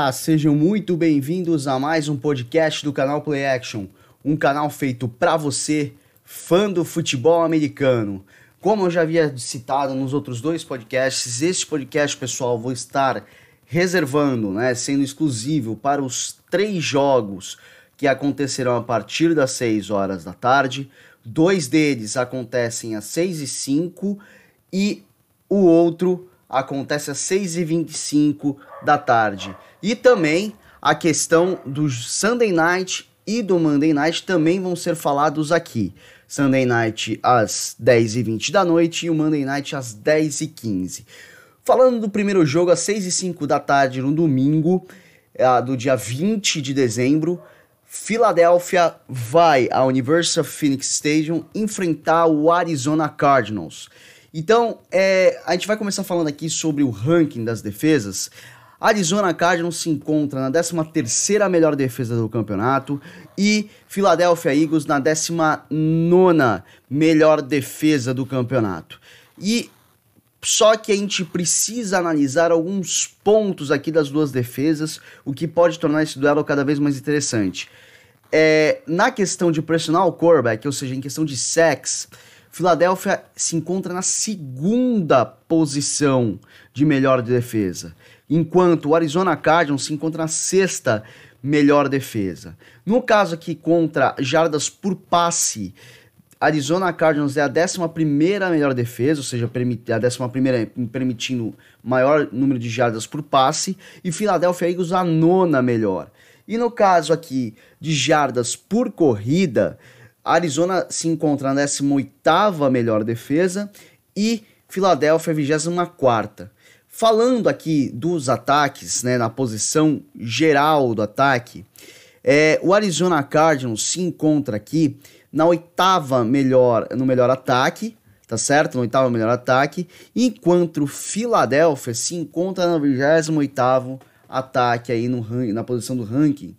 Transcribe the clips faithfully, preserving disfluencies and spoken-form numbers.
Olá, sejam muito bem-vindos a mais um podcast do canal Play Action, um canal feito para você, fã do futebol americano. Como eu já havia citado nos outros dois podcasts, este podcast, pessoal, vou estar reservando, né, sendo exclusivo para os três jogos que acontecerão a partir das seis horas da tarde. Dois deles acontecem às seis e cinco e o outro acontece às seis e vinte e cinco da tarde. E também a questão do Sunday Night e do Monday Night também vão ser falados aqui. Sunday Night às dez e vinte da noite e o Monday Night às dez e quinze. Falando do primeiro jogo, às seis e cinco da tarde no domingo, do dia vinte de dezembro, Filadélfia vai ao University of Phoenix Stadium enfrentar o Arizona Cardinals. Então, é, a gente vai começar falando aqui sobre o ranking das defesas. A Arizona Cardinals se encontra na décima terceira melhor defesa do campeonato e Philadelphia Eagles na décima nona melhor defesa do campeonato. E só que a gente precisa analisar alguns pontos aqui das duas defesas, o que pode tornar esse duelo cada vez mais interessante. É, na questão de pressionar o quarterback, ou seja, em questão de sacks, Philadelphia se encontra na segunda posição de melhor defesa, enquanto o Arizona Cardinals se encontra na sexta melhor defesa. No caso aqui contra jardas por passe, Arizona Cardinals é a décima primeira melhor defesa, ou seja, a décima primeira permitindo maior número de jardas por passe, e Philadelphia Eagles a nona melhor. E no caso aqui de jardas por corrida, Arizona se encontra na décima oitava melhor defesa e Filadélfia vigésima quarta. Falando aqui dos ataques, né, na posição geral do ataque, é, o Arizona Cardinals se encontra aqui na oitava melhor, no melhor ataque, tá certo? No oitavo melhor ataque, enquanto o Filadélfia se encontra no vigésimo oitavo ataque aí no, na posição do ranking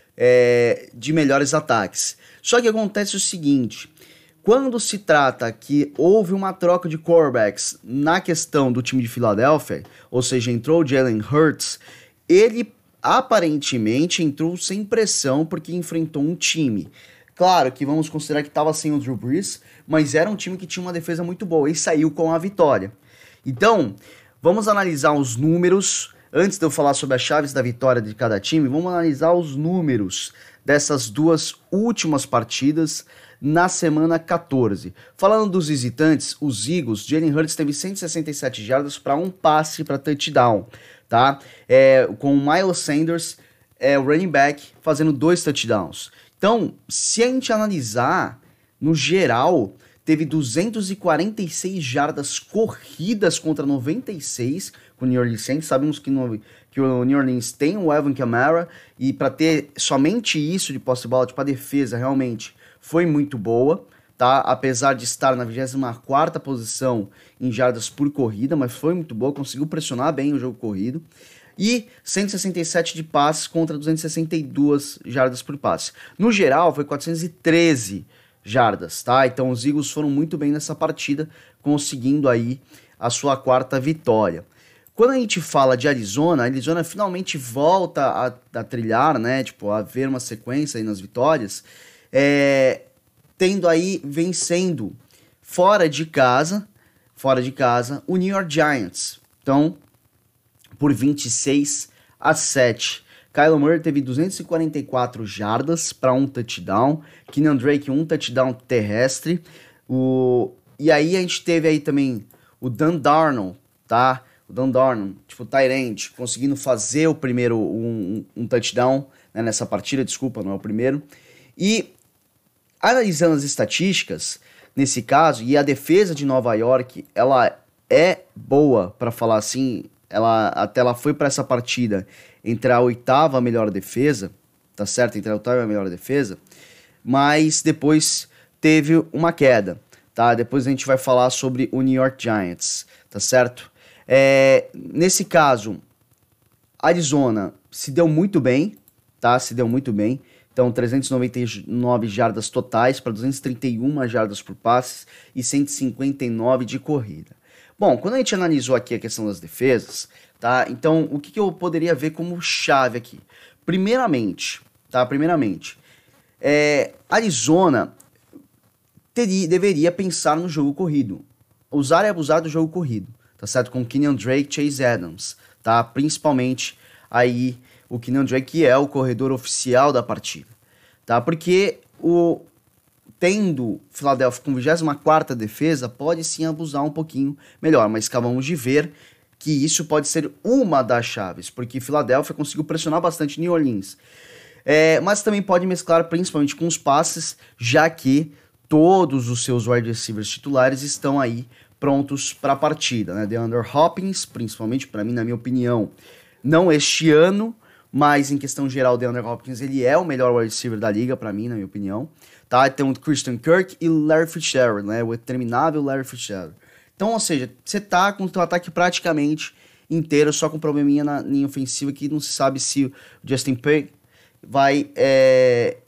é, de melhores ataques. Só que acontece o seguinte, quando se trata que houve uma troca de quarterbacks na questão do time de Filadélfia, ou seja, entrou o Jalen Hurts, ele aparentemente entrou sem pressão porque enfrentou um time. Claro que vamos considerar que estava sem o Drew Brees, mas era um time que tinha uma defesa muito boa e saiu com a vitória. Então, vamos analisar os números. Antes de eu falar sobre as chaves da vitória de cada time, vamos analisar os números dessas duas últimas partidas na semana quatorze. Falando dos visitantes, os Eagles, Jalen Hurts teve cento e sessenta e sete jardas para um passe para touchdown, tá? É, com o Miles Sanders, é, o running back, fazendo dois touchdowns. Então, se a gente analisar, no geral, teve duzentas e quarenta e seis jardas corridas contra noventa e seis com o New Orleans Saints. Sabemos que, no, que o New Orleans tem o Alvin Kamara e para ter somente isso de posse de bola, tipo, a defesa realmente foi muito boa, tá? Apesar de estar na vigésima quarta posição em jardas por corrida, mas foi muito boa, conseguiu pressionar bem o jogo corrido. E cento e sessenta e sete de passes contra duzentas e sessenta e duas jardas por passe. No geral, foi quatrocentas e treze jardas, tá? Então os Eagles foram muito bem nessa partida, conseguindo aí a sua quarta vitória. Quando a gente fala de Arizona, a Arizona finalmente volta a, a trilhar, né? Tipo, a ver uma sequência aí nas vitórias, é, tendo aí, vencendo fora de casa, fora de casa, o New York Giants. Então, por vinte e seis a sete. Kyler Murray teve duzentas e quarenta e quatro jardas para um touchdown. Kenyan Drake, um touchdown terrestre. O... E aí a gente teve aí também o Dan Darnold, tá? O Dan Darnold, tipo, o tight end, conseguindo fazer o primeiro, um, um touchdown, né, nessa partida, desculpa, não é o primeiro. E analisando as estatísticas, nesse caso, e a defesa de Nova York, ela é boa, para falar assim, ela, até ela foi para essa partida entre a oitava melhor defesa, tá certo? Entre a oitava e a melhor defesa, mas depois teve uma queda, tá? Depois a gente vai falar sobre o New York Giants, tá certo? É, nesse caso, Arizona se deu muito bem, tá? Se deu muito bem. Então, trezentas e noventa e nove jardas totais para duzentas e trinta e uma jardas por passes e cento e cinquenta e nove de corrida. Bom, quando a gente analisou aqui a questão das defesas, tá? Então, o que, que eu poderia ver como chave aqui? Primeiramente, tá? Primeiramente, é, Arizona teria, deveria pensar no jogo corrido. Usar e abusar do jogo corrido, tá certo? Com Kenyan Drake, Chase Edmonds, tá? Principalmente aí o Kenyan Drake, que é o corredor oficial da partida, tá? Porque o tendo Philadelphia com vigésima quarta defesa, pode sim abusar um pouquinho melhor, mas acabamos de ver que isso pode ser uma das chaves, porque Philadelphia conseguiu pressionar bastante New Orleans. É, mas também pode mesclar principalmente com os passes, já que todos os seus wide receivers titulares estão aí prontos para a partida, né? DeAndre Hopkins, principalmente para mim, na minha opinião, não este ano, mas em questão geral, DeAndre Hopkins, ele é o melhor wide receiver da liga, para mim, na minha opinião. Tá? Tem o Christian Kirk e Larry Fitzgerald, né? O interminável Larry Fitzgerald. Então, ou seja, você tá com o seu ataque praticamente inteiro, só com probleminha na linha ofensiva, que não se sabe se o Justin Pugh vai, é,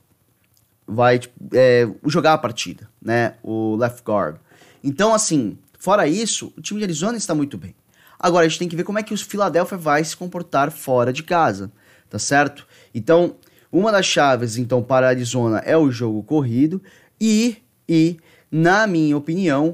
vai é, jogar a partida, né? O left guard. Então, assim, fora isso, o time de Arizona está muito bem. Agora, a gente tem que ver como é que o Philadelphia vai se comportar fora de casa, tá certo? Então, uma das chaves, então, para a Arizona é o jogo corrido e, e, na minha opinião,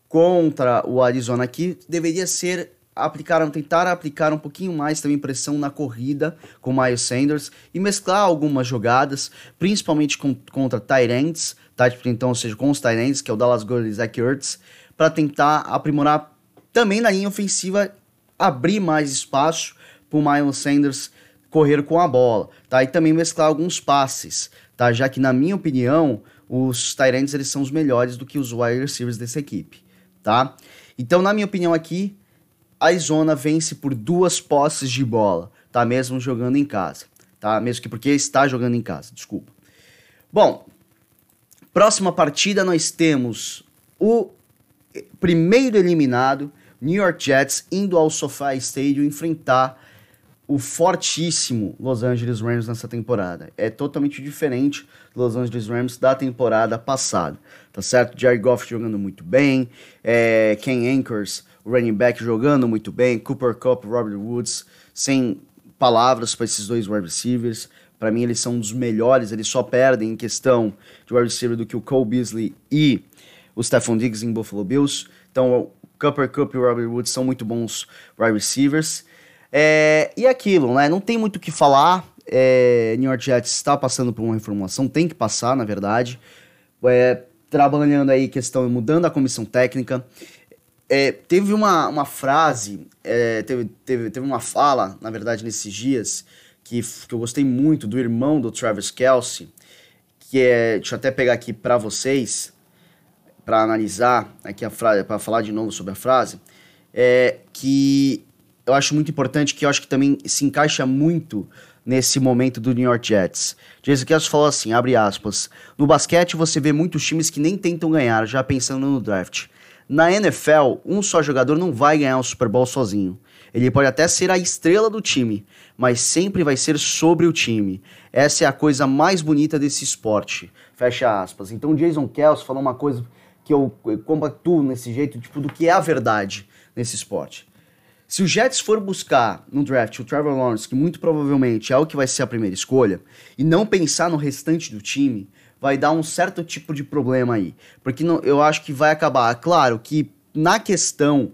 contra o Arizona aqui, deveria ser aplicar, tentar aplicar um pouquinho mais também pressão na corrida com o Miles Sanders e mesclar algumas jogadas, principalmente com, contra tight ends, tá? Então, ou seja, com os tight ends, que é o Dallas Goedert e Zach Ertz, para tentar aprimorar também na linha ofensiva, abrir mais espaço para o Miles Sanders correr com a bola, tá? E também mesclar alguns passes, tá? Já que, na minha opinião, os tight ends, eles são os melhores do que os wide receivers dessa equipe, tá? Então, na minha opinião aqui, a Arizona vence por duas posses de bola, tá? Mesmo jogando em casa, tá? Mesmo que porque está jogando em casa, desculpa. Bom, próxima partida nós temos o primeiro eliminado, New York Jets, indo ao SoFi Stadium enfrentar o fortíssimo Los Angeles Rams nessa temporada. É totalmente diferente do Los Angeles Rams da temporada passada, tá certo? Jared Goff jogando muito bem, é, Ken Akers, o running back, jogando muito bem, Cooper Kupp, Robert Woods, sem palavras para esses dois wide receivers. Para mim, eles são um dos melhores, eles só perdem em questão de wide receiver do que o Cole Beasley e o Stephon Diggs em Buffalo Bills. Então, o Cooper Kupp e o Robert Woods são muito bons wide receivers. É, e aquilo, né? Não tem muito o que falar. É, New York Jets está passando por uma reformulação, tem que passar, na verdade. É, trabalhando aí questão, mudando a comissão técnica. É, teve uma, uma frase, é, teve, teve, teve uma fala, na verdade, nesses dias, que, que eu gostei muito, do irmão do Travis Kelce, que é, deixa eu até pegar aqui para vocês, para analisar aqui a frase, para falar de novo sobre a frase, é, que eu acho muito importante, que eu acho que também se encaixa muito nesse momento do New York Jets. Jason Kelce falou assim, abre aspas, no basquete você vê muitos times que nem tentam ganhar, já pensando no draft. Na N F L, um só jogador não vai ganhar o Super Bowl sozinho. Ele pode até ser a estrela do time, mas sempre vai ser sobre o time. Essa é a coisa mais bonita desse esporte. Fecha aspas. Então o Jason Kelce falou uma coisa que eu compactuo nesse jeito, tipo, do que é a verdade nesse esporte. Se o Jets for buscar no draft o Trevor Lawrence, que muito provavelmente é o que vai ser a primeira escolha, e não pensar no restante do time, vai dar um certo tipo de problema aí. Porque não, eu acho que vai acabar. Claro que na questão...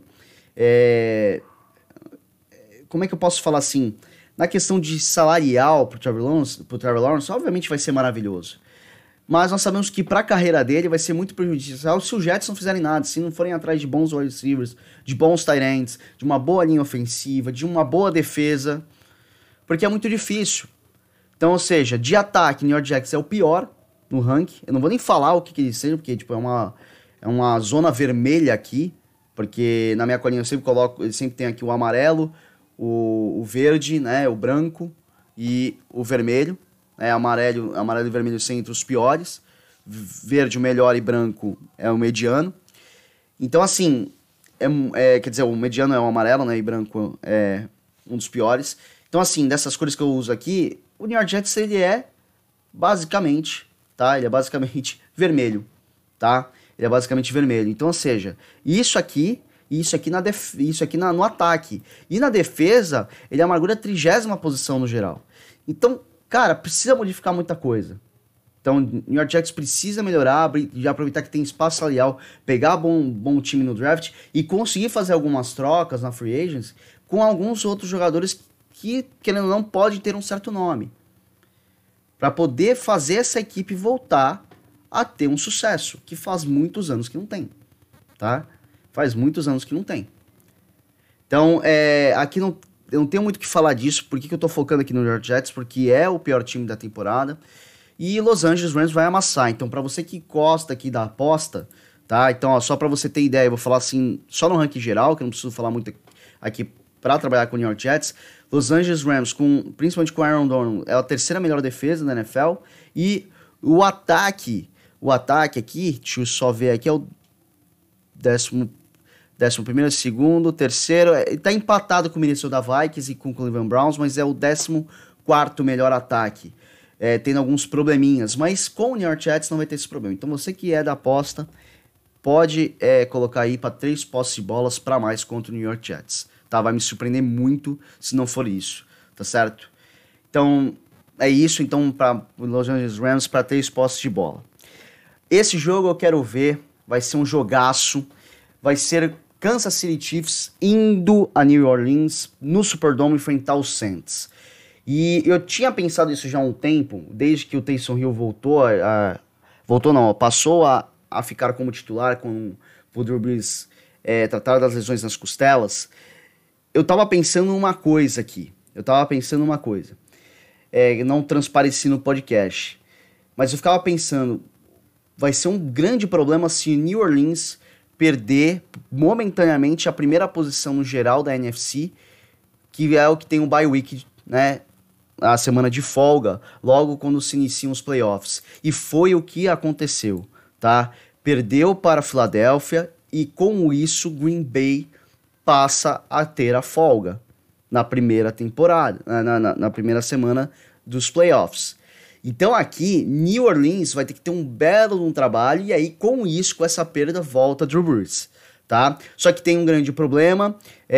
É, como é que eu posso falar assim? Na questão de salarial pro Trevor Lawrence, pro Trevor Lawrence, obviamente vai ser maravilhoso. Mas nós sabemos que para a carreira dele vai ser muito prejudicial se os Jets não fizerem nada, se não forem atrás de bons wide receivers, de bons tight ends, de uma boa linha ofensiva, de uma boa defesa, porque é muito difícil. Então, ou seja, de ataque, New York Jets é o pior no ranking. Eu não vou nem falar o que, que eles sejam, porque tipo, é, uma, é uma zona vermelha aqui, porque na minha colinha eu sempre coloco, eu sempre tenho aqui o amarelo, o, o verde, né, o branco e o vermelho. É, amarelo, amarelo e vermelho são entre os piores, verde o melhor e branco é o mediano. Então, assim, é, é, quer dizer, o mediano é o amarelo, né, e branco é um dos piores. Então, assim, dessas cores que eu uso aqui, o New York Jets, ele é basicamente, tá, ele é basicamente vermelho, tá, ele é basicamente vermelho. Então, ou seja, isso aqui E isso aqui, na def... isso aqui na... no ataque. E na defesa, ele amargura a trigésima posição no geral. Então, cara, precisa modificar muita coisa. Então, New York Jets precisa melhorar, já aproveitar que tem espaço salarial, pegar bom, bom time no draft e conseguir fazer algumas trocas na free agents com alguns outros jogadores que, querendo ou não, podem ter um certo nome. Para poder fazer essa equipe voltar a ter um sucesso, que faz muitos anos que não tem. Tá? Faz muitos anos que não tem. Então, é, aqui não, eu não tenho muito o que falar disso. Por que, que eu tô focando aqui no New York Jets? Porque é o pior time da temporada. E Los Angeles Rams vai amassar. Então, para você que gosta aqui da aposta, tá? Então, ó, só para você ter ideia, eu vou falar assim, só no ranking geral, que eu não preciso falar muito aqui para trabalhar com o New York Jets. Los Angeles Rams, com, principalmente com Aaron Donald, é a terceira melhor defesa da N F L. E o ataque, o ataque aqui, deixa eu só ver aqui, é o décimo, décimo primeiro, segundo, terceiro. Ele tá empatado com o Minnesota Vikings e com o Cleveland Browns, mas é o décimo quarto melhor ataque. É, tendo alguns probleminhas, mas com o New York Jets não vai ter esse problema. Então você que é da aposta, pode é, colocar aí para três posses de bolas para mais contra o New York Jets. Tá? Vai me surpreender muito se não for isso, tá certo? Então é isso, então para o Los Angeles Rams para três posses de bola. Esse jogo eu quero ver, vai ser um jogaço, vai ser Kansas City Chiefs indo a New Orleans no Superdome enfrentar os Saints. E eu tinha pensado isso já há um tempo, desde que o Taysom Hill voltou, a, a, voltou não, passou a, a ficar como titular com o Drew Brees é, tratar das lesões nas costelas. Eu tava pensando uma coisa aqui, eu tava pensando uma coisa, é, não transpareci no podcast, mas eu ficava pensando, vai ser um grande problema se New Orleans perder momentaneamente a primeira posição no geral da N F C, que é o que tem o bye week, né? A semana de folga, logo quando se iniciam os playoffs. E foi o que aconteceu, tá? Perdeu para a Filadélfia e com isso Green Bay passa a ter a folga na primeira temporada, na, na, na primeira semana dos playoffs. Então aqui, New Orleans vai ter que ter um belo um trabalho e aí com isso, com essa perda, volta Drew Brees, tá? Só que tem um grande problema,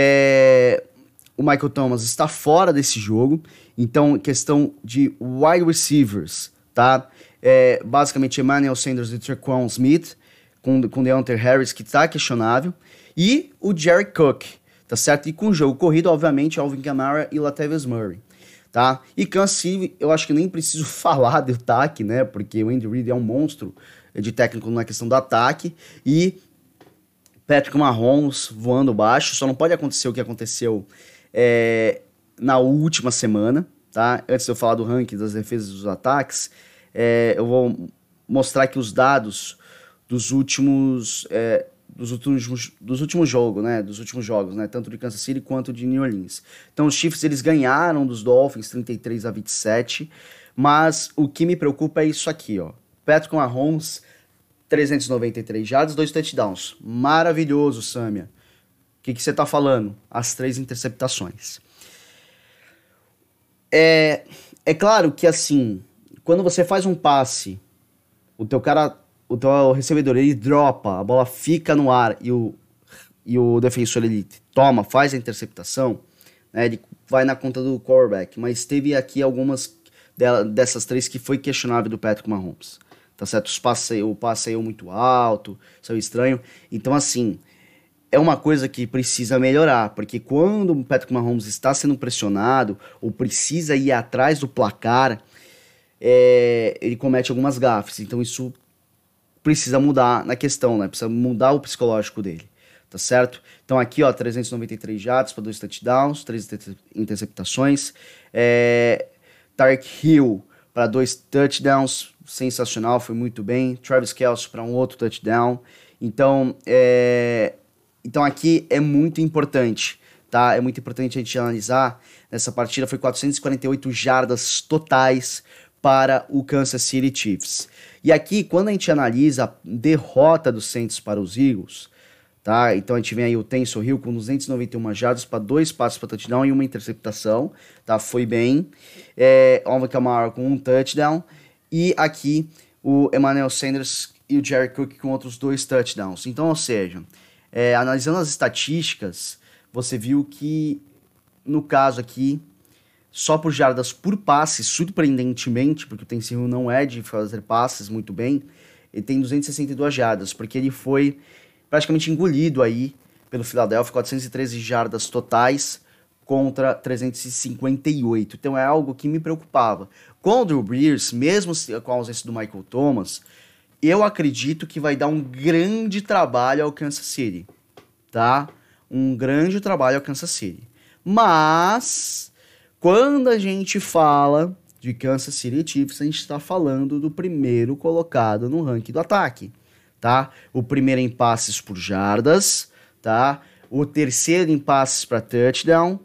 é... o Michael Thomas está fora desse jogo, então questão de wide receivers, tá? É, basicamente Emmanuel Sanders e Tre'Quan Smith, com, com Deontay Harris, que tá questionável, e o Jared Cook, tá certo? E com o jogo corrido, obviamente, Alvin Kamara e Latavius Murray, tá? E Kansas City, eu acho que nem preciso falar do ataque, né? Porque o Andy Reid é um monstro de técnico na questão do ataque, e Patrick Mahomes voando baixo, só não pode acontecer o que aconteceu É, na última semana, tá? Antes de eu falar do ranking das defesas e dos ataques, é, eu vou mostrar aqui os dados dos últimos, é, dos últimos, dos últimos jogos, né? Dos últimos jogos, né? Tanto de Kansas City quanto de New Orleans. Então os Chiefs, eles ganharam dos Dolphins trinta e três a vinte e sete, mas o que me preocupa é isso aqui, ó. Patrick Mahomes, trezentos e noventa e três jardas, dois touchdowns. Maravilhoso, Samia. O que, que você tá falando? As três interceptações. É, é claro que, assim, quando você faz um passe, o teu cara, o teu recebedor, ele dropa, a bola fica no ar e o, e o defensor, ele toma, faz a interceptação, né, ele vai na conta do quarterback. Mas teve aqui algumas dela, dessas três que foi questionável do Patrick Mahomes. Tá certo? Os passe, o passe saiu muito alto, saiu estranho. Então, assim... é uma coisa que precisa melhorar, porque quando o Patrick Mahomes está sendo pressionado ou precisa ir atrás do placar, é, ele comete algumas gafes. Então isso precisa mudar na questão, né? Precisa mudar o psicológico dele, tá certo? Então aqui, ó, trezentos e noventa e três jardas para dois touchdowns, três interceptações. É, Tyreek Hill para dois touchdowns, sensacional, foi muito bem. Travis Kelce para um outro touchdown. Então, é... Então aqui é muito importante, tá? É muito importante a gente analisar. Nessa partida foi quatrocentos e quarenta e oito jardas totais para o Kansas City Chiefs. E aqui, quando a gente analisa a derrota do Saints para os Eagles, tá? Então a gente vem aí o Taysom Hill com duzentos e noventa e uma jardas para dois passes para touchdown e uma interceptação, tá? Foi bem. É, Alvin Kamara com um touchdown. E aqui o Emmanuel Sanders e o Jared Cook com outros dois touchdowns. Então, ou seja... é, analisando as estatísticas, você viu que, no caso aqui, só por jardas por passe, surpreendentemente, porque o Taysom Hill não é de fazer passes muito bem, ele tem duzentas e sessenta e duas jardas, porque ele foi praticamente engolido aí pelo Philadelphia, quatrocentas e treze jardas totais contra trezentas e cinquenta e oito. Então é algo que me preocupava. Com o Drew Brees, mesmo com a ausência do Michael Thomas, eu acredito que vai dar um grande trabalho ao Kansas City, tá? Um grande trabalho ao Kansas City. Mas, quando a gente fala de Kansas City Chiefs, a gente está falando do primeiro colocado no ranking do ataque, tá? O primeiro em passes por jardas, tá? O terceiro em passes para touchdown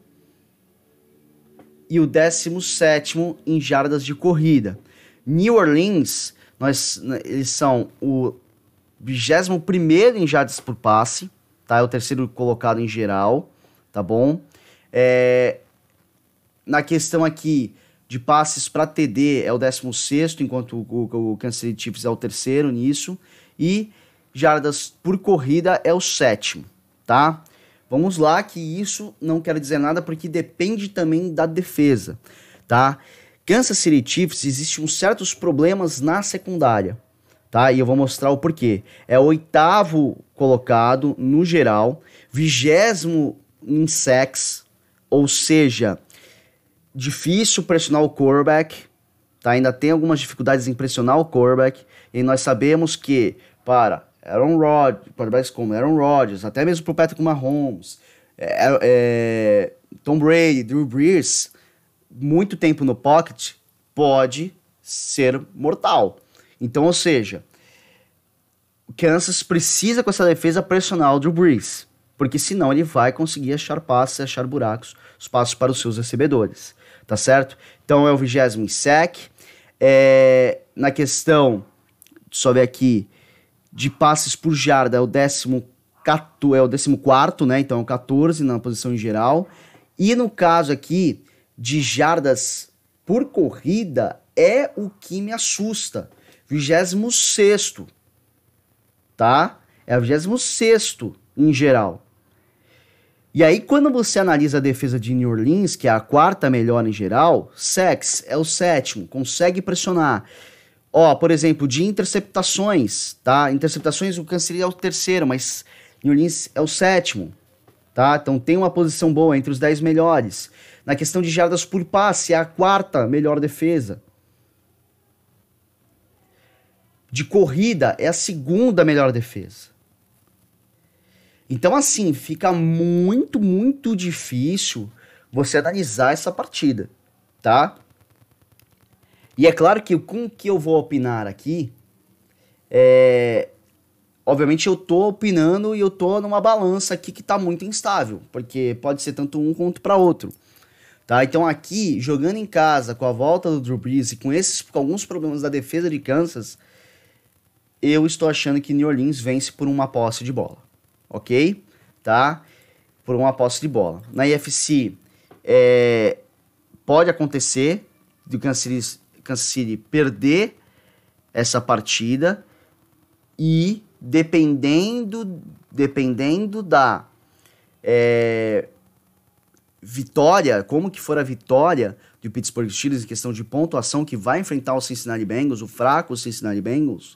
e o décimo sétimo em jardas de corrida. New Orleans, nós, eles são o vigésimo primeiro em jardas por passe, tá? É o terceiro colocado em geral, tá bom? É, na questão aqui de passes para T D é o décimo sexto, enquanto o, o, o Kansas City Chiefs é o terceiro nisso. E jardas por corrida é o sétimo, tá? Vamos lá, que isso não quer dizer nada porque depende também da defesa, tá? Kansas City Chiefs, existem uns certos problemas na secundária, tá? E eu vou mostrar o porquê. É o oitavo colocado no geral, vigésimo em sacks, ou seja, difícil pressionar o quarterback, tá? Ainda tem algumas dificuldades em pressionar o quarterback, e nós sabemos que para Aaron Rodgers, quarterbacks como Aaron Rodgers, até mesmo pro Patrick Mahomes, é, é, Tom Brady, Drew Brees, muito tempo no pocket pode ser mortal. Então, ou seja, o Kansas precisa com essa defesa pressionar o Drew Brees, porque senão ele vai conseguir achar passes, achar buracos, os passos para os seus recebedores, tá certo? Então é o vigésimo em sack. É, na questão, só ver aqui, de passes por jarda é o décimo, é o décimo quarto, né? Então é o quatorze na posição em geral. E no caso aqui, de jardas por corrida, é o que me assusta. vigésimo sexto, tá? É o vigésimo sexto em geral. E aí, quando você analisa a defesa de New Orleans, que é a quarta melhor em geral, sacks é o sétimo, consegue pressionar. Ó, por exemplo, de interceptações, tá? Interceptações, o Kansas City é o terceiro, mas New Orleans é o sétimo, tá? Então tem uma posição boa entre os dez melhores. Na questão de jardas por passe, é a quarta melhor defesa. De corrida, é a segunda melhor defesa. Então, assim, fica muito, muito difícil você analisar essa partida, tá? E é claro que com o que eu vou opinar aqui, é... obviamente eu tô opinando e eu tô numa balança aqui que tá muito instável, porque pode ser tanto um quanto para outro, tá? Então aqui, jogando em casa, com a volta do Drew Brees e com esses com alguns problemas da defesa de Kansas, eu estou achando que New Orleans vence por uma posse de bola, ok? Tá? Por uma posse de bola. Na I F C, é... pode acontecer do Kansas City, Kansas City perder essa partida e dependendo, dependendo da é, vitória, como que for a vitória do Pittsburgh Steelers em questão de pontuação, que vai enfrentar o Cincinnati Bengals, o fraco Cincinnati Bengals,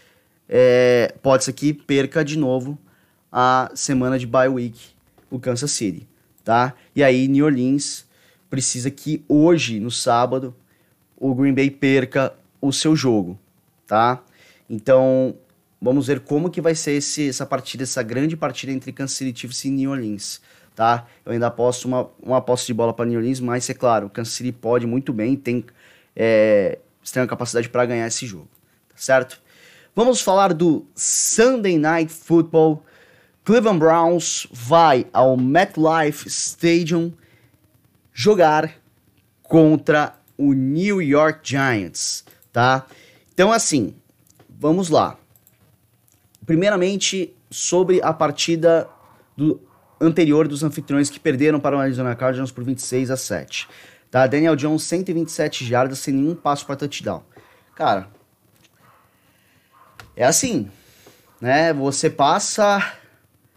é, pode ser que perca de novo a semana de bye week o Kansas City, tá? E aí New Orleans precisa que hoje, no sábado, o Green Bay perca o seu jogo, tá? Então, vamos ver como que vai ser esse, essa partida, essa grande partida entre Kansas City Chiefs e New Orleans, tá? Eu ainda aposto uma, uma aposta de bola para New Orleans, mas é claro, o Kansas City pode muito bem, tem é, extrema capacidade para ganhar esse jogo, tá certo? Vamos falar do Sunday Night Football. Cleveland Browns vai ao MetLife Stadium jogar contra o New York Giants, tá? Então, assim, vamos lá. Primeiramente, sobre a partida do anterior dos anfitriões que perderam para o Arizona Cardinals por vinte e seis a sete. Tá? Daniel Jones, cento e vinte e sete jardas, sem nenhum passo para touchdown. Cara, é assim, né? Você passa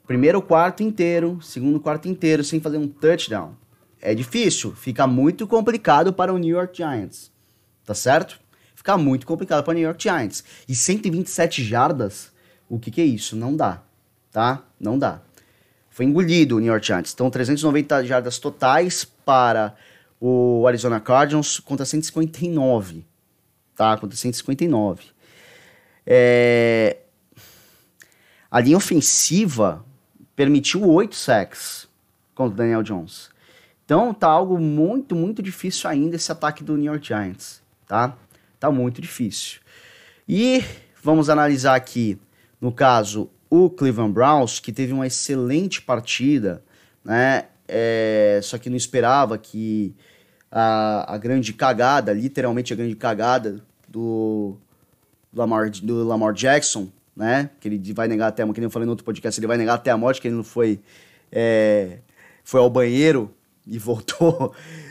primeiro quarto inteiro, segundo quarto inteiro, sem fazer um touchdown. É difícil, fica muito complicado para o New York Giants, tá certo? Fica muito complicado para o New York Giants. E cento e vinte e sete jardas, o que que é isso? Não dá, tá? Não dá. Foi engolido o New York Giants. Então, trezentas e noventa jardas totais para o Arizona Cardinals contra cento e cinquenta e nove, tá? Contra cento e cinquenta e nove. É... A linha ofensiva permitiu oito sacks contra o Daniel Jones. Então tá algo muito, muito difícil ainda esse ataque do New York Giants, tá? Tá muito difícil. E vamos analisar aqui, no caso, o Cleveland Browns, que teve uma excelente partida, né? É, só que não esperava que a, a grande cagada, literalmente a grande cagada do Lamar, do Lamar Jackson, né? Que ele vai negar até a morte, que nem eu falei no outro podcast, ele vai negar até a morte, que ele não foi, é, foi ao banheiro e voltou,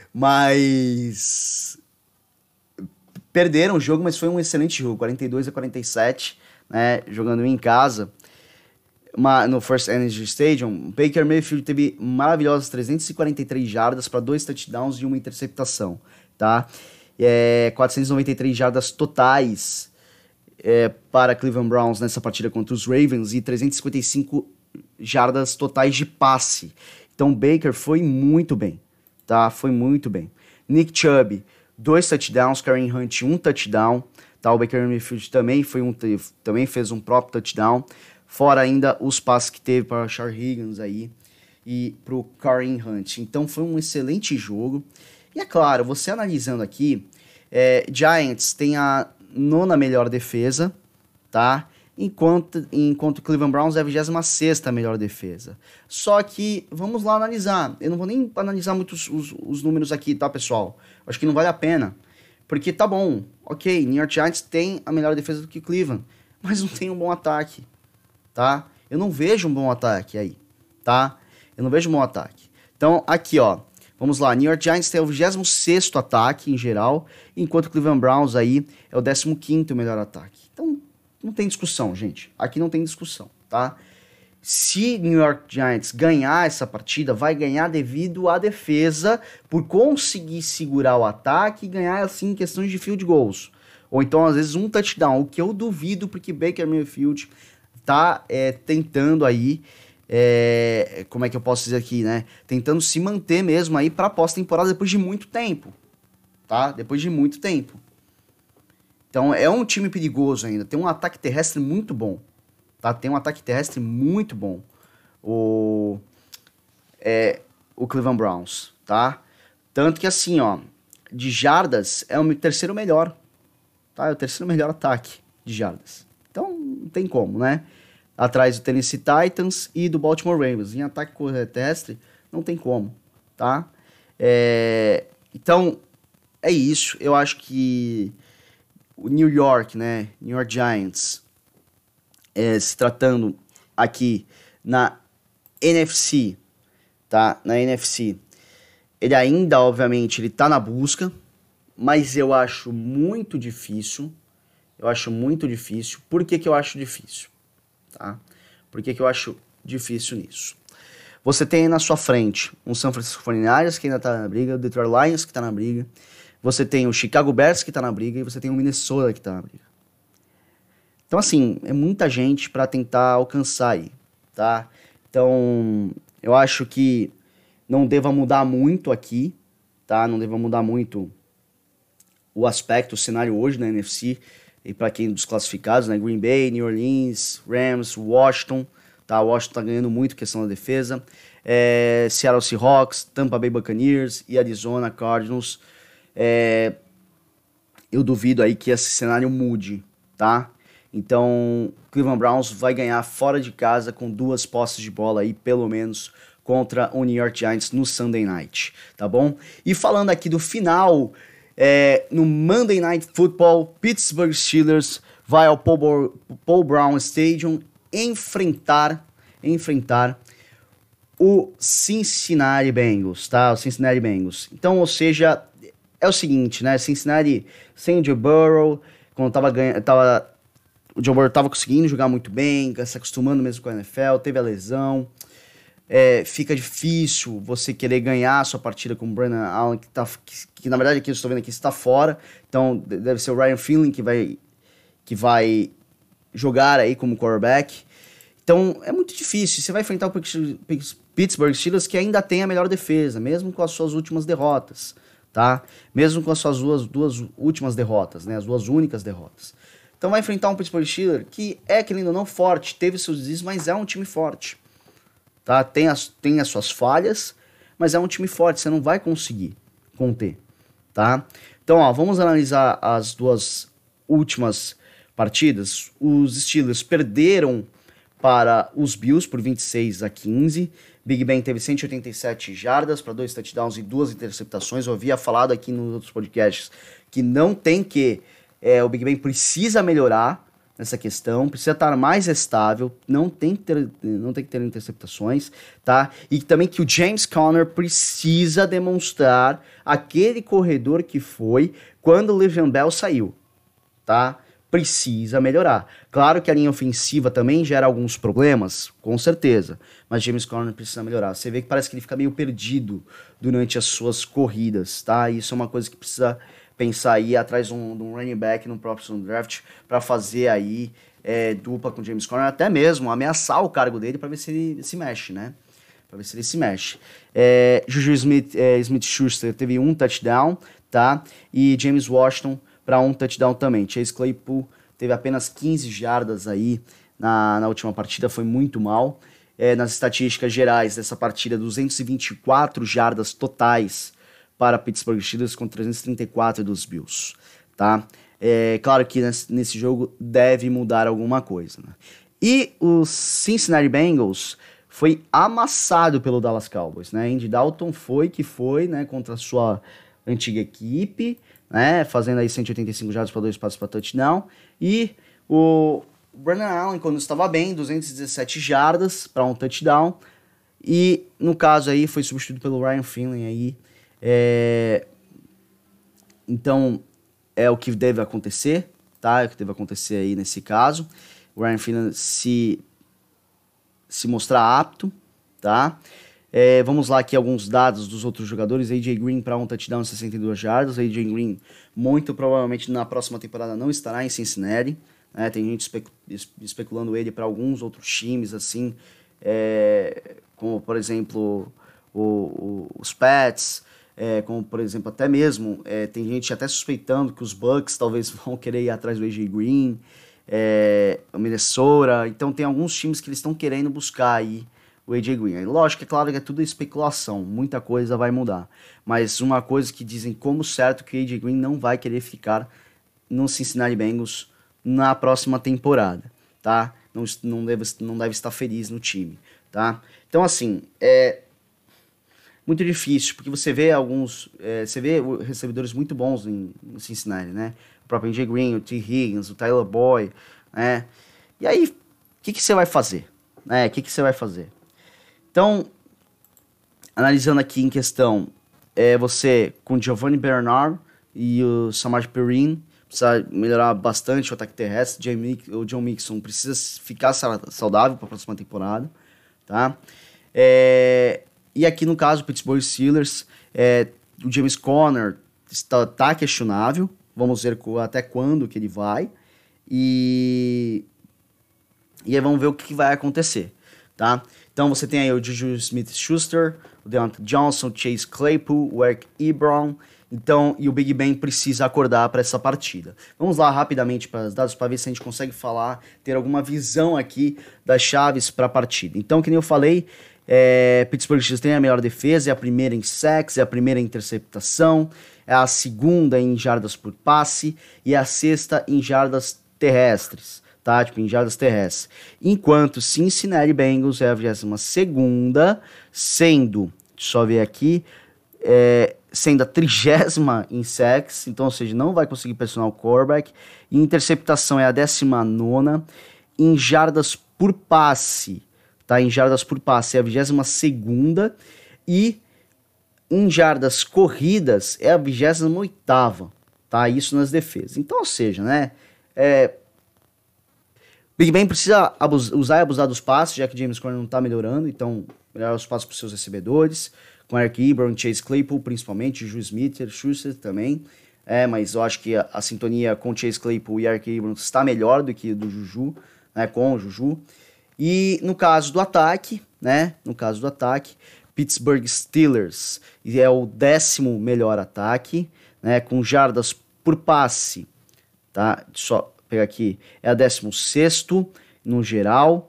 mas perderam o jogo, mas foi um excelente jogo, quarenta e dois a quarenta e sete, né? Jogando em casa, uma, no First Energy Stadium. Baker Mayfield teve maravilhosas trezentas e quarenta e três jardas para dois touchdowns e uma interceptação, tá? É, quatrocentas e noventa e três jardas totais é, para Cleveland Browns nessa partida contra os Ravens e trezentas e cinquenta e cinco jardas totais de passe. Então Baker foi muito bem, tá? Foi muito bem. Nick Chubb, dois touchdowns, Kareem Hunt, um touchdown, tá? O Baker Mayfield também, foi um, também fez um próprio touchdown, fora ainda os passes que teve para o Char Higgins aí e para o Kareem Hunt. Então foi um excelente jogo. E é claro, você analisando aqui, é, Giants tem a nona melhor defesa, tá? Enquanto, enquanto Cleveland Browns é a vigésima sexta melhor defesa. Só que, vamos lá analisar. Eu não vou nem analisar muitos os, os números aqui, tá, pessoal? Acho que não vale a pena. Porque tá bom, ok, New York Giants tem a melhor defesa do que Cleveland, mas não tem um bom ataque, tá? Eu não vejo um bom ataque aí, tá? Eu não vejo um bom ataque. Então, aqui, ó, vamos lá. New York Giants tem o vigésimo sexto ataque em geral, enquanto Cleveland Browns aí é o décimo quinto melhor ataque. Então, não tem discussão, gente. Aqui não tem discussão, tá? Se New York Giants ganhar essa partida, vai ganhar devido à defesa, por conseguir segurar o ataque e ganhar, assim, questões de field goals. Ou então, às vezes, um touchdown, o que eu duvido, porque Baker Mayfield tá é, tentando aí, é, como é que eu posso dizer aqui, né? Tentando se manter mesmo aí pra pós-temporada depois de muito tempo, tá? Depois de muito tempo. Então, é um time perigoso ainda. Tem um ataque terrestre muito bom. Tá? Tem um ataque terrestre muito bom. O, é, o Cleveland Browns. Tá? Tanto que, assim, ó, de jardas, é o terceiro melhor. Tá? É o terceiro melhor ataque de jardas. Então, não tem como, né? Atrás do Tennessee Titans e do Baltimore Ravens. Em ataque terrestre, não tem como. Tá? É, então, é isso. Eu acho que o New York, né, New York Giants, é, se tratando aqui na N F C, tá, na N F C, ele ainda, obviamente, ele tá na busca, mas eu acho muito difícil, eu acho muito difícil. Por que que eu acho difícil, tá? Por que que eu acho difícil nisso? Você tem aí na sua frente um San Francisco forty-niners que ainda tá na briga, o Detroit Lions que tá na briga, você tem o Chicago Bears que tá na briga e você tem o Minnesota que tá na briga. Então, assim, é muita gente para tentar alcançar aí, tá? Então, eu acho que não deva mudar muito aqui, tá? Não deva mudar muito o aspecto, o cenário hoje na N F C. E para quem dos classificados, né? Green Bay, New Orleans, Rams, Washington, tá? Washington tá ganhando muito questão da defesa. É, Seattle Seahawks, Tampa Bay Buccaneers e Arizona Cardinals. É, eu duvido aí que esse cenário mude, tá? Então, Cleveland Browns vai ganhar fora de casa com duas posses de bola aí, pelo menos, contra o New York Giants no Sunday Night, tá bom? E falando aqui do final, é, no Monday Night Football, Pittsburgh Steelers vai ao Paul, Paul Brown Stadium enfrentar, enfrentar o Cincinnati Bengals, tá? O Cincinnati Bengals. Então, ou seja, é o seguinte, né? Cincinnati sem Joe Burrow, quando tava ganhando, tava o Joe Burrow estava conseguindo jogar muito bem, se acostumando mesmo com a N F L, teve a lesão. É, fica difícil você querer ganhar a sua partida com o Brandon Allen, que, tá, que, que na verdade aqui eu estou vendo aqui está fora. Então deve ser o Ryan Finley que vai, que vai jogar aí como quarterback. Então é muito difícil. Você vai enfrentar o Pittsburgh Steelers, que ainda tem a melhor defesa, mesmo com as suas últimas derrotas, tá? Mesmo com as suas duas, duas últimas derrotas, né? As duas únicas derrotas. Então vai enfrentar um Pittsburgh Steelers que é, querendo ou não, forte, teve seus desvios, mas é um time forte. Tá? Tem, as, tem as suas falhas, mas é um time forte, você não vai conseguir conter, tá? Então, ó, vamos analisar as duas últimas partidas. Os Steelers perderam para os Bills por vinte e seis a quinze. Big Ben teve cento e oitenta e sete jardas para dois touchdowns e duas interceptações. Eu havia falado aqui nos outros podcasts que não tem que... É, o Big Ben precisa melhorar nessa questão, precisa estar mais estável, não tem que ter, não tem que ter interceptações, tá? E também que o James Conner precisa demonstrar aquele corredor que foi quando o Le'Veon Bell saiu, tá? Precisa melhorar. Claro que a linha ofensiva também gera alguns problemas, com certeza, mas James Conner precisa melhorar. Você vê que parece que ele fica meio perdido durante as suas corridas, tá? Isso é uma coisa que precisa pensar aí atrás de um, de um running back no próximo draft para fazer aí é, dupla com James Conner, até mesmo ameaçar o cargo dele para ver se ele se mexe, né? Para ver se ele se mexe. É, Juju Smith, é, Smith-Schuster teve um touchdown, tá? E James Washington para um touchdown também. Chase Claypool teve apenas quinze jardas aí na, na última partida, foi muito mal. É, nas estatísticas gerais dessa partida, duzentas e vinte e quatro jardas totais para Pittsburgh Steelers com trezentos e trinta e quatro dos Bills, tá? É claro que nesse, nesse jogo deve mudar alguma coisa, né? E o Cincinnati Bengals foi amassado pelo Dallas Cowboys, né? Andy Dalton foi que foi, né, contra a sua antiga equipe, né, fazendo aí cento e oitenta e cinco jardas para dois passos para touchdown, e o Brandon Allen, quando estava bem, duzentas e dezessete jardas para um touchdown, e no caso aí foi substituído pelo Ryan Finley aí. É... Então, é o que deve acontecer, tá? É o que deve acontecer aí nesse caso. O Ryan Finley se, se mostrar apto, tá? É, vamos lá aqui alguns dados dos outros jogadores. A J Green para um touchdown e sessenta e duas jardas. A J Green muito provavelmente na próxima temporada não estará em Cincinnati, né? Tem gente especu especulando ele para alguns outros times, assim, é... como por exemplo o, o, os Pats. É, como, por exemplo, até mesmo, é, tem gente até suspeitando que os Bucks talvez vão querer ir atrás do A J Green, é, o Minnesota, então tem alguns times que eles estão querendo buscar aí o A J Green. Lógico, é claro que é tudo especulação, muita coisa vai mudar, mas uma coisa que dizem como certo que o A J Green não vai querer ficar no Cincinnati Bengals na próxima temporada, tá? Não, não, deve, não deve estar feliz no time, tá? Então, assim, é... muito difícil, porque você vê alguns, é, você vê recebedores muito bons em, em Cincinnati, né? O próprio A J Green, o T. Higgins, o Tyler Boyd, né? E aí, o que, que você vai fazer? O que, que você vai fazer? Então, analisando aqui em questão, é, você com Giovanni Bernard e o Samaj Perine, precisa melhorar bastante o ataque terrestre. O John Mixon precisa ficar saudável para a próxima temporada, tá? É... E aqui no caso, o Pittsburgh Steelers, é, o James Conner está, tá questionável. Vamos ver até quando que ele vai. E, e aí vamos ver o que vai acontecer, tá? Então você tem aí o Juju Smith-Schuster, o Deontay Johnson, o Chase Claypool, o Eric Ebron. Então, e o Big Ben precisa acordar para essa partida. Vamos lá rapidamente para os dados para ver se a gente consegue falar, ter alguma visão aqui das chaves para a partida. Então, que nem eu falei, É, Pittsburgh Steelers tem a melhor defesa, é a primeira em sacks, é a primeira em interceptação, é a segunda em jardas por passe e é a sexta em jardas terrestres, tá? Tipo, em jardas terrestres. Enquanto Cincinnati Bengals é a vigésima segunda, sendo, deixa eu ver aqui, é, sendo a trigésima em sacks, então, ou seja, não vai conseguir pressionar o quarterback. Em interceptação é a décima nona, em jardas por passe, tá, em jardas por passe é a vigésima segunda e em jardas corridas é a vigésima oitava, tá? Isso nas defesas. Então, ou seja, né, é, Big Ben precisa abusar, usar e abusar dos passes, já que James Conner não tá melhorando, então melhorar os passes para os seus recebedores, com Eric Ebron, Chase Claypool, principalmente, Juju Smith, Schuster também, é, mas eu acho que a, a sintonia com Chase Claypool e Eric Ebron está melhor do que do Juju, né, com o Juju. E no caso do ataque, né, no caso do ataque, Pittsburgh Steelers é o décimo melhor ataque, né, com jardas por passe, tá, só pegar aqui, é a décimo sexto no geral,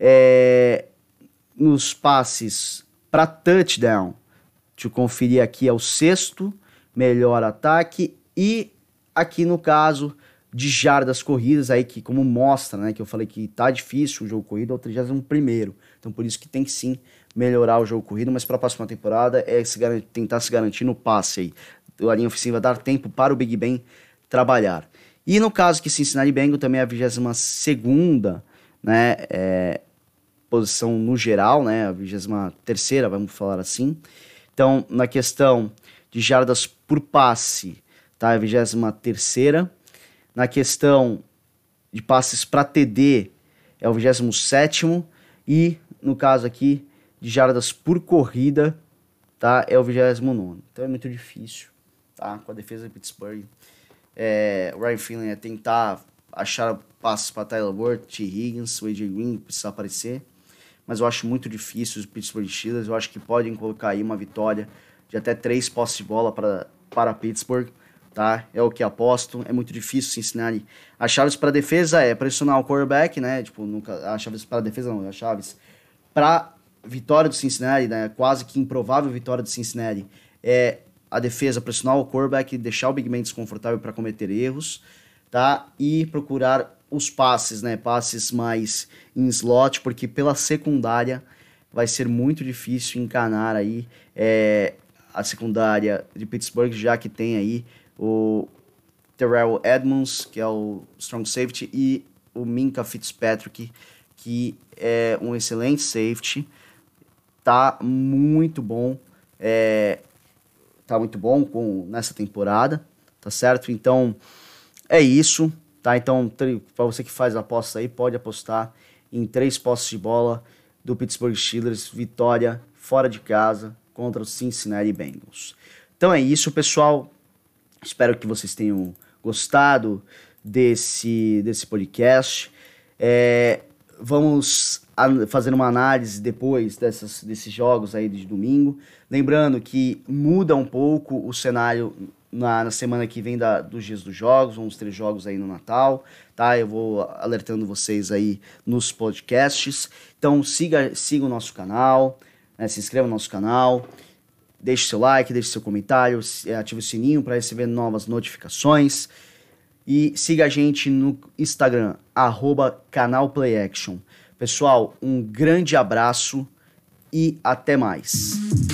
é, nos passes para touchdown, deixa eu conferir aqui, é o sexto melhor ataque, e aqui no caso de jardas corridas, aí que como mostra, né, que eu falei que tá difícil o jogo corrido, é o trigésimo primeiro, então por isso que tem que sim melhorar o jogo corrido, mas para a próxima temporada é se garantir, tentar se garantir no passe aí, a linha ofensiva dar tempo para o Big Ben trabalhar. E no caso que Cincinnati Bengals também é a vigésima segunda, né, é, posição no geral, né, a vigésima terceira, vamos falar assim. Então, na questão de jardas por passe, tá, a vigésima terceira. Na questão de passes para T D, é o vigésimo sétimo. E, no caso aqui, de jardas por corrida, tá, é o vigésimo nono. Então é muito difícil, tá, com a defesa de Pittsburgh. É, o Ryan Finley é tentar achar passes para Tyler Boyd, T. Higgins, o A J Green precisa aparecer, mas eu acho muito difícil os Pittsburgh Steelers. Eu acho que podem colocar aí uma vitória de até três posses de bola para, para Pittsburgh, tá? É o que aposto. É muito difícil Cincinnati. As chaves para defesa é pressionar o quarterback, né? Tipo, nunca, as chaves para defesa não, as chaves para vitória do Cincinnati, né? Quase que improvável vitória do Cincinnati é a defesa pressionar o quarterback, deixar o Big Ben desconfortável para cometer erros, tá? E procurar os passes, né? Passes mais em slot, porque pela secundária vai ser muito difícil encanar aí é, a secundária de Pittsburgh, já que tem aí o Terrell Edmonds, que é o strong safety, e o Minkah Fitzpatrick, que é um excelente safety. Tá muito bom, é... tá muito bom com, nessa temporada, tá certo? Então, é isso, tá? Então, para você que faz apostas aí, pode apostar em três posses de bola do Pittsburgh Steelers, vitória fora de casa contra o Cincinnati Bengals. Então é isso, pessoal. Espero que vocês tenham gostado desse, desse podcast. É, vamos fazer uma análise depois dessas, desses jogos aí de domingo. Lembrando que muda um pouco o cenário na, na semana que vem da, dos dias dos jogos, vamos ter jogos aí no Natal, tá? Eu vou alertando vocês aí nos podcasts. Então siga, siga o nosso canal, né? Se inscreva no nosso canal, deixe seu like, deixe seu comentário, ative o sininho para receber novas notificações. E siga a gente no Instagram, arroba canal Play Action. Pessoal, um grande abraço e até mais.